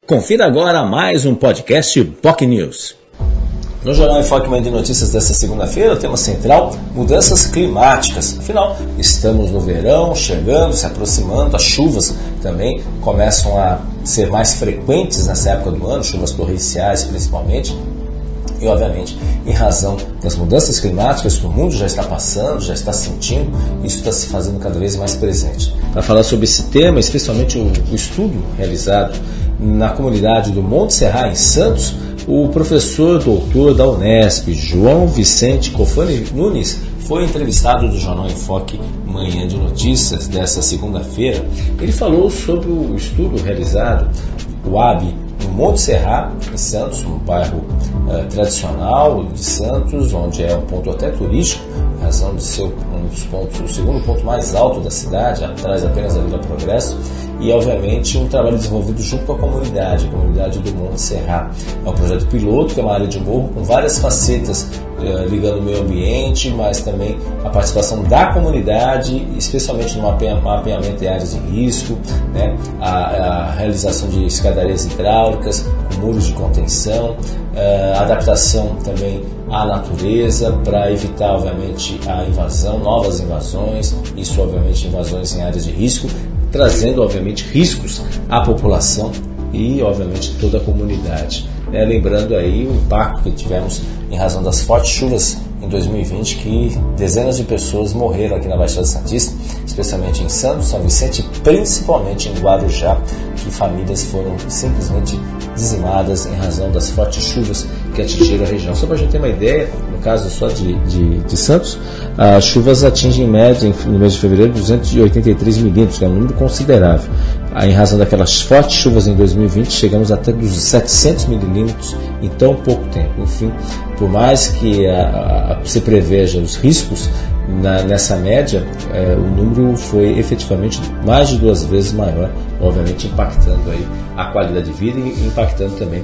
Confira agora mais um podcast POC News. No Jornal Enfoque Manhã de Notícias desta segunda-feira, o tema central, mudanças climáticas. Afinal, estamos no verão, chegando, se aproximando, as chuvas também começam a ser mais frequentes nessa época do ano, chuvas torrenciais principalmente. E, obviamente, em razão das mudanças climáticas que o mundo já está passando, já está sentindo, isso está se fazendo cada vez mais presente. Para falar sobre esse tema, especialmente o estudo realizado na comunidade do Monte Serra, em Santos, o professor doutor da Unesp, João Vicente Cofani Nunes, foi entrevistado do Jornal Enfoque Manhã de Notícias desta segunda-feira. Ele falou sobre o estudo realizado, o AB, no Monte Serra, em Santos, um bairro tradicional de Santos, onde é um ponto até turístico, em razão de ser o segundo ponto mais alto da cidade, atrás apenas da Vila Progresso, e obviamente um trabalho desenvolvido junto com a comunidade do Monte Serra. É um projeto piloto, que é uma área de morro com várias facetas ligando o meio ambiente, mas também a participação da comunidade, especialmente no mapeamento de áreas de risco, né? A realização de escadarias hidráulicas, com muros de contenção, a adaptação também à natureza para evitar, obviamente, a invasão, novas invasões, isso, obviamente, invasões em áreas de risco, trazendo, obviamente, riscos à população e, obviamente, toda a comunidade. Lembrando aí o impacto que tivemos em razão das fortes chuvas em 2020, que dezenas de pessoas morreram aqui na Baixada Santista, especialmente em Santos, São Vicente e principalmente em Guarujá, que famílias foram simplesmente dizimadas em razão das fortes chuvas que atingiram a região. Só para a gente ter uma ideia, no caso só de Santos, as chuvas atingem em média no mês de fevereiro 283 milímetros, que é um número considerável. Em razão daquelas fortes chuvas em 2020, chegamos até dos 700 milímetros em tão pouco tempo. Enfim, por mais que se preveja os riscos nessa média, o número foi efetivamente mais de 2 vezes maior, obviamente impactando aí a qualidade de vida e impactando também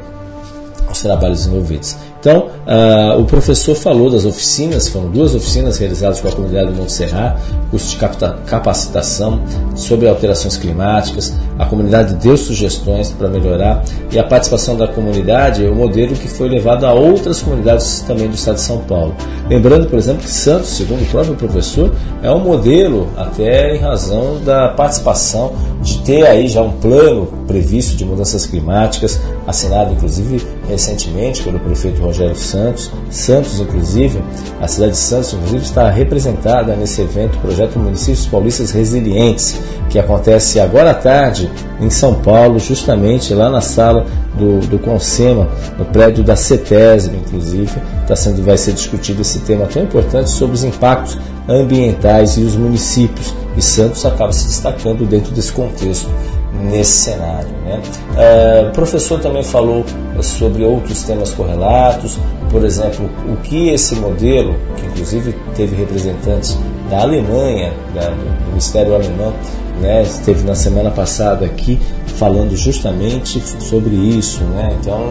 os trabalhos desenvolvidos. Então, o professor falou das oficinas, foram 2 oficinas realizadas com a comunidade do Monte Serra, curso de capacitação sobre alterações climáticas, a comunidade deu sugestões para melhorar, e a participação da comunidade é o modelo que foi levado a outras comunidades também do estado de São Paulo. Lembrando, por exemplo, que Santos, segundo o próprio professor, é um modelo até em razão da participação, de ter aí já um plano previsto de mudanças climáticas, assinado inclusive recentemente pelo prefeito Rogério Santos. Santos, inclusive, a cidade de Santos, inclusive, está representada nesse evento, Projeto Municípios Paulistas Resilientes, que acontece agora à tarde em São Paulo, justamente lá na sala do Consema, no prédio da CETESB, inclusive, vai ser discutido esse tema tão importante sobre os impactos ambientais e os municípios, e Santos acaba se destacando dentro desse contexto, nesse cenário, né? O professor também falou sobre outros temas correlatos, por exemplo, o que esse modelo, que inclusive teve representantes da Alemanha, do Ministério Alemão, né, esteve na semana passada aqui falando justamente sobre isso, né? Então,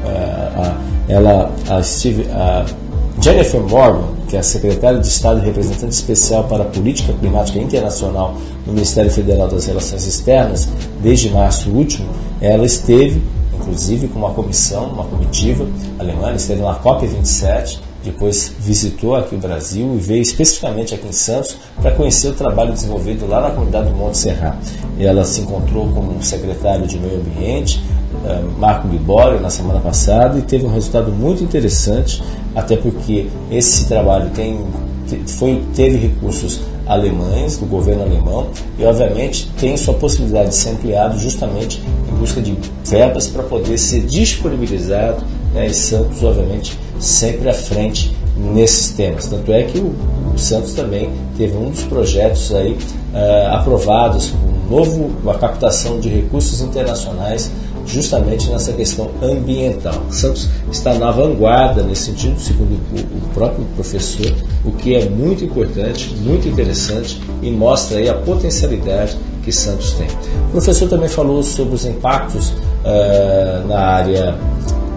a Jennifer Morgan, que é a secretária de Estado e representante especial para a Política Climática Internacional no Ministério Federal das Relações Externas, desde março último, ela esteve, inclusive, com uma comitiva alemã, esteve na COP27, depois visitou aqui o Brasil e veio especificamente aqui em Santos para conhecer o trabalho desenvolvido lá na comunidade do Monte Serra. Ela se encontrou com o secretário de Meio Ambiente, Marco Libório, na semana passada, e teve um resultado muito interessante, até porque esse trabalho teve recursos alemães, do governo alemão, e obviamente tem sua possibilidade de ser ampliado justamente em busca de verbas para poder ser disponibilizado, né, e Santos, obviamente, sempre à frente nesses temas. Tanto é que o Santos também teve um dos projetos aí aprovados, a captação de recursos internacionais justamente nessa questão ambiental. Santos está na vanguarda nesse sentido, segundo o próprio professor, o que é muito importante, muito interessante e mostra aí a potencialidade que Santos tem. O professor também falou sobre os impactos na área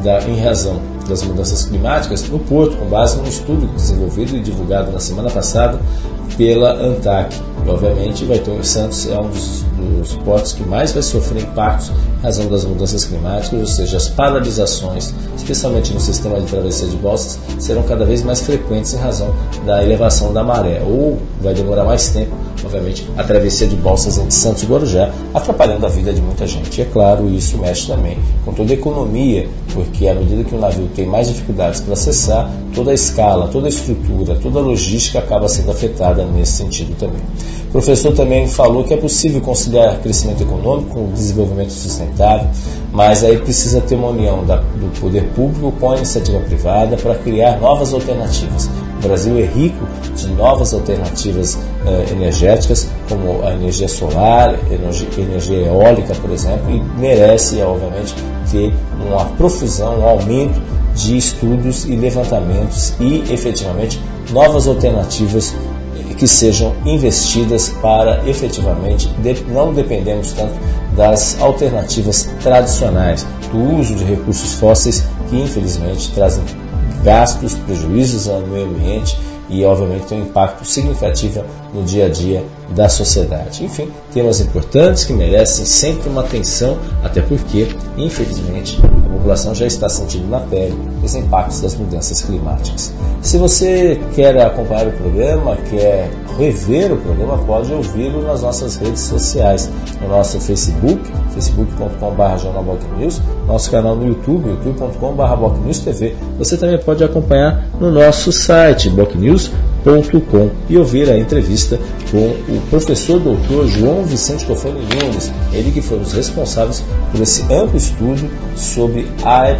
em razão das mudanças climáticas no Porto, com base num estudo desenvolvido e divulgado na semana passada pela ANTAC. E, obviamente, vai ter Santos é um dos portos que mais vai sofrer impactos em razão das mudanças climáticas, ou seja, as paralisações, especialmente no sistema de travessia de balsas, serão cada vez mais frequentes em razão da elevação da maré, ou vai demorar mais tempo, obviamente, a travessia de balsas entre Santos e Guarujá, atrapalhando a vida de muita gente. E, é claro, isso mexe também com toda a economia, porque à medida que o navio tem mais dificuldades para acessar, toda a escala, toda a estrutura, toda a logística acaba sendo afetada nesse sentido também. O professor também falou que é possível conciliar crescimento econômico com o desenvolvimento sustentável, mas aí precisa ter uma união do poder público com a iniciativa privada para criar novas alternativas. O Brasil é rico de novas alternativas energéticas, como a energia solar, energia eólica, por exemplo, e merece, obviamente, ter uma profusão, um aumento de estudos e levantamentos e, efetivamente, novas alternativas que sejam investidas para, efetivamente, não dependermos tanto das alternativas tradicionais, do uso de recursos fósseis que, infelizmente, trazem gastos, prejuízos ao meio ambiente e, obviamente, tem um impacto significativo no dia a dia da sociedade. Enfim, temas importantes que merecem sempre uma atenção, até porque, infelizmente, a população já está sentindo na pele os impactos das mudanças climáticas. Se você quer acompanhar o programa, quer rever o programa, pode ouvi-lo nas nossas redes sociais, no nosso Facebook, facebook.com/jornalbocnews, nosso canal no YouTube, youtube.com/bocnewstv. Você também pode acompanhar no nosso site, bocnews.com, e ouvir a entrevista com o professor doutor João Vicente Tofani Nunes, ele que foi um dos responsáveis por esse amplo estudo sobre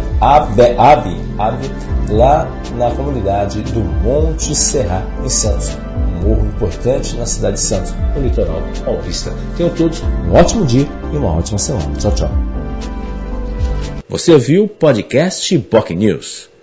AB, lá na comunidade do Monte Serra, em Santos, um morro importante na cidade de Santos, no litoral paulista. Tenham todos um ótimo dia e uma ótima semana. Tchau, tchau. Você ouviu o podcast Boc News.